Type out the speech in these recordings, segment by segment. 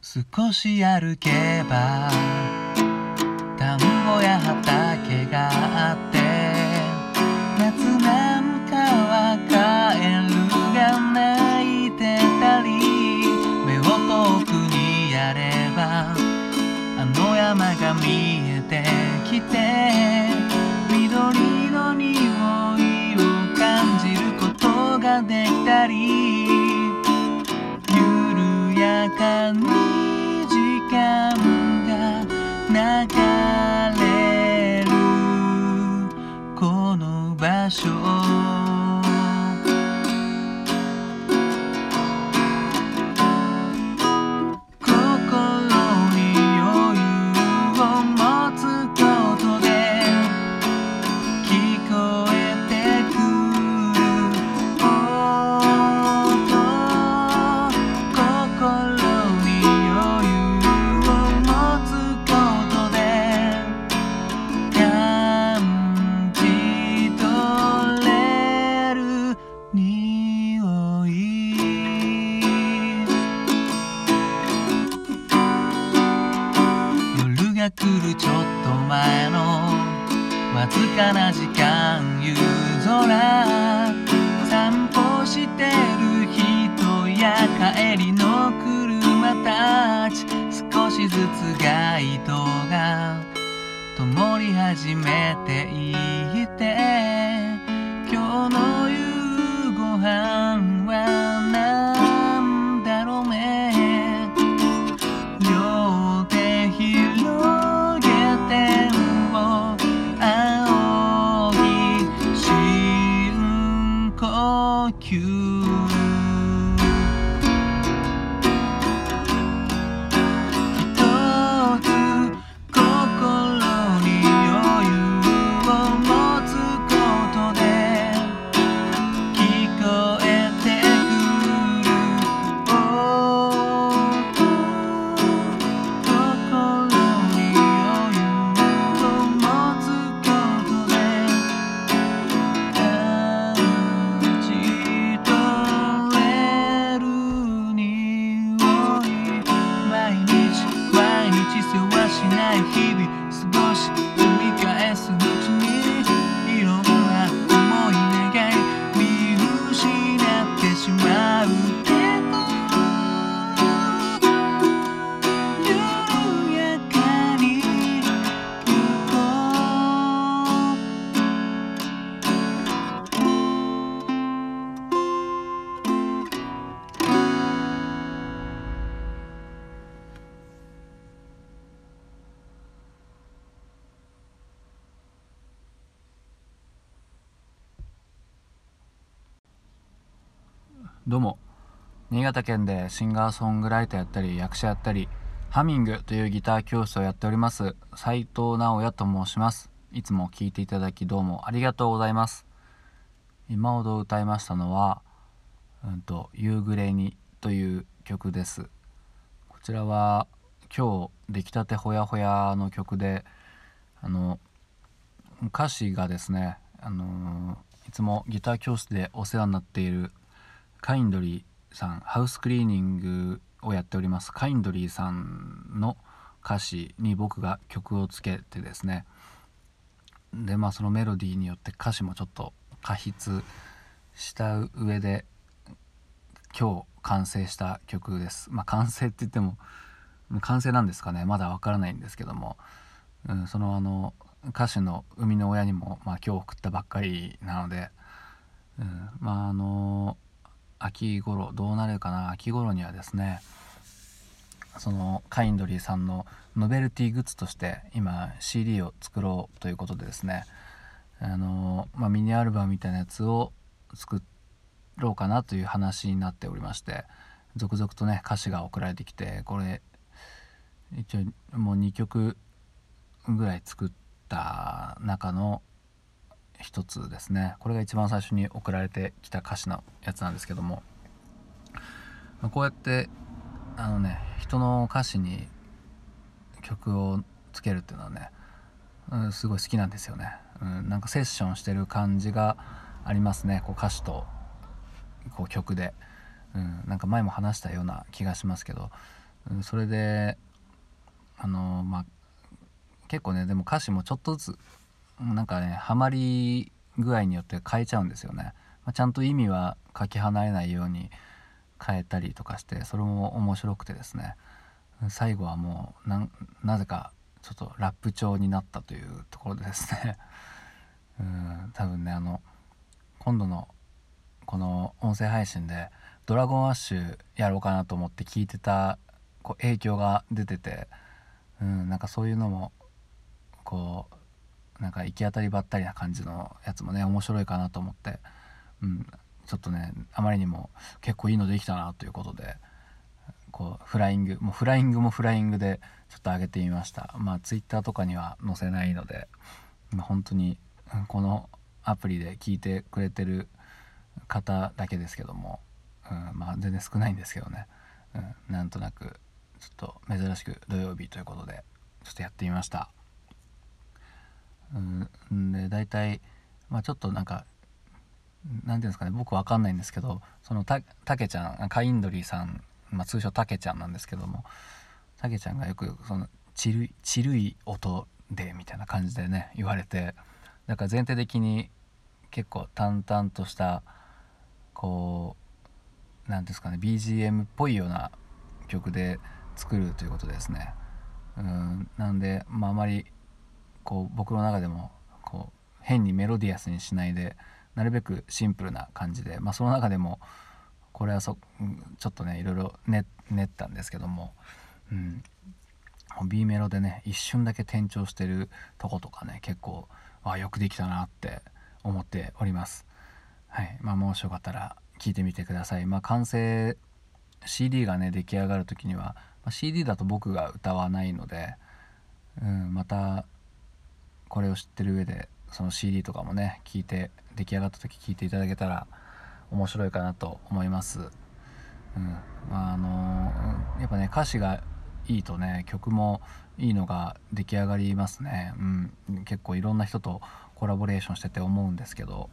少し歩けば田んぼや畑があって、夏なんかはカエルが鳴いてたり、目を遠くにやればあの山が見えてきて、緑の匂いを感じることができたり、緩やかに時間が流れるこの場所、来るちょっと前のわずかな時間、夕空散歩してる人や帰りの車たち、少しずつ街灯が灯り始めていて、今日の夕ご飯はなんだろうね。両手広げても青い深呼吸、どうも、新潟県でシンガーソングライターやったり役者やったりハミングというギター教室をやっております斉藤直也と申します。いつも聴いていただきどうもありがとうございます。今ほど歌いましたのは夕暮れにという曲です。こちらは今日出来たてほやほやの曲で、歌詞がですね、いつもギター教室でお世話になっているカインドリーさん、ハウスクリーニングをやっておりますカインドリーさんの歌詞に僕が曲をつけてですね、でそのメロディーによって歌詞もちょっと加筆した上で今日完成した曲です。完成って言っても完成なんですかね、まだわからないんですけども、その歌手の生みの親にも、今日送ったばっかりなので、秋頃どうなるかな、秋頃にはですね、そのカインドリーさんのノベルティグッズとして今 CD を作ろうということでですね、ミニアルバムみたいなやつを作ろうかなという話になっておりまして、続々とね歌詞が送られてきて、これ一応もう2曲ぐらい作った中の一つですね。これが一番最初に送られてきた歌詞のやつなんですけども、こうやって人の歌詞に曲をつけるっていうのはね、すごい好きなんですよね。なんかセッションしてる感じがありますね。こう歌詞とこう曲で、なんか前も話したような気がしますけど、 それで結構ね、でも歌詞もちょっとずつなんかね、ハマり具合によって変えちゃうんですよね。ちゃんと意味はかけ離れないように変えたりとかして、それも面白くてですね、最後はもうなぜかちょっとラップ調になったというところでですね多分ね、今度のこの音声配信でドラゴンアッシュやろうかなと思って聞いてた影響が出てて、なんかそういうのもこうなんか行き当たりばったりな感じのやつもね面白いかなと思って、ちょっとねあまりにも結構いいのできたなということで、フライングもフライングでちょっと上げてみました。ツイッターとかには載せないので、本当にこのアプリで聞いてくれてる方だけですけども、全然少ないんですけどね、なんとなくちょっと珍しく土曜日ということでちょっとやってみました。で大体、ちょっとなんかなんていうんですかね、僕わかんないんですけど、そのたけちゃんカインドリーさん、通称たけちゃんなんですけども、たけちゃんがよくそのちるい音でみたいな感じでね言われて、だから全体的に結構淡々としたなんですかね BGM っぽいような曲で作るということですね。なんで、あまり僕の中でも変にメロディアスにしないで、なるべくシンプルな感じで、その中でもこれはちょっとねいろいろ練ったんですけども、B メロでね一瞬だけ転調してるとことかね、結構よくできたなって思っております。はい、もしよかったら聞いてみてください。完成 CD がね出来上がる時には、CD だと僕が歌わないので、またこれを知ってる上でその CD とかもね聞いて、出来上がった時聞いていただけたら面白いかなと思います。やっぱね歌詞がいいとね曲もいいのが出来上がりますね。結構いろんな人とコラボレーションしてて思うんですけど、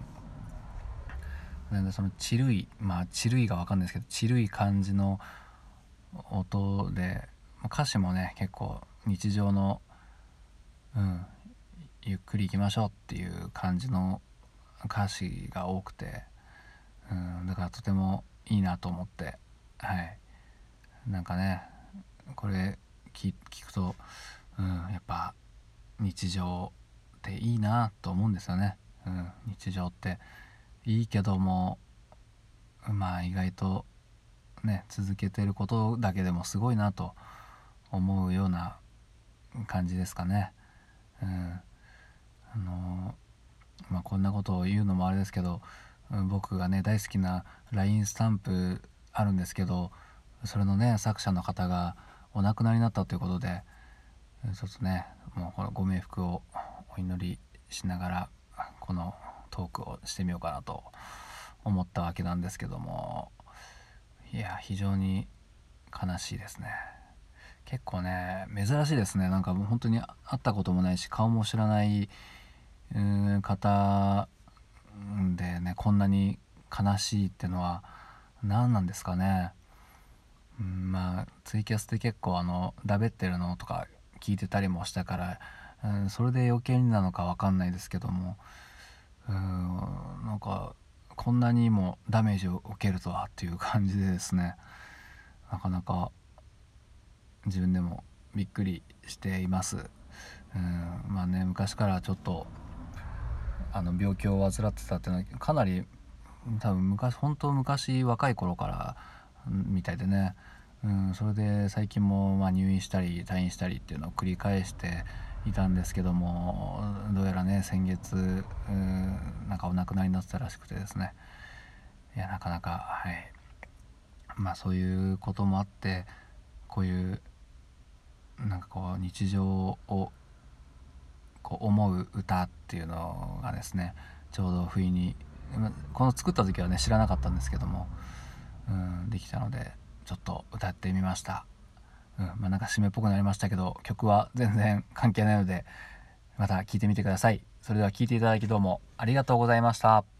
なんでそのチルいチルいが分かんないですけど、チルい感じの音で、歌詞もね結構日常のゆっくり行きましょうっていう感じの歌詞が多くて、だからとてもいいなと思って、なんかねこれ聞くと、やっぱ日常っていいなと思うんですよね。日常っていいけども、意外とね続けてることだけでもすごいなと思うような感じですかね。こんなことを言うのもあれですけど、僕がね大好きな LINE スタンプあるんですけど、それのね作者の方がお亡くなりになったということで、ちょっとねもうこのご冥福をお祈りしながらこのトークをしてみようかなと思ったわけなんですけども、いや非常に悲しいですね。結構ね珍しいですね。なんかもう本当に会ったこともないし顔も知らない方でねこんなに悲しいってのは何なんですかね。ツイキャスで結構だべってるのとか聞いてたりもしたから、それで余計になのか分かんないですけども、なんかこんなにもダメージを受けるとはっていう感じでですね、なかなか自分でもびっくりしています。昔からちょっと病気を患ってたっていうのはかなり多分本当昔若い頃からみたいでね、それで最近も入院したり退院したりっていうのを繰り返していたんですけども、どうやらね先月なんかお亡くなりになってたらしくてですね、いやなかなかそういうこともあって、こういうなんか日常を思う歌っていうのがですね、ちょうど不意にこの作った時はね知らなかったんですけども、できたのでちょっと歌ってみました。なんか締めっぽくなりましたけど、曲は全然関係ないのでまた聴いてみてください。それでは聴いていただきどうもありがとうございました。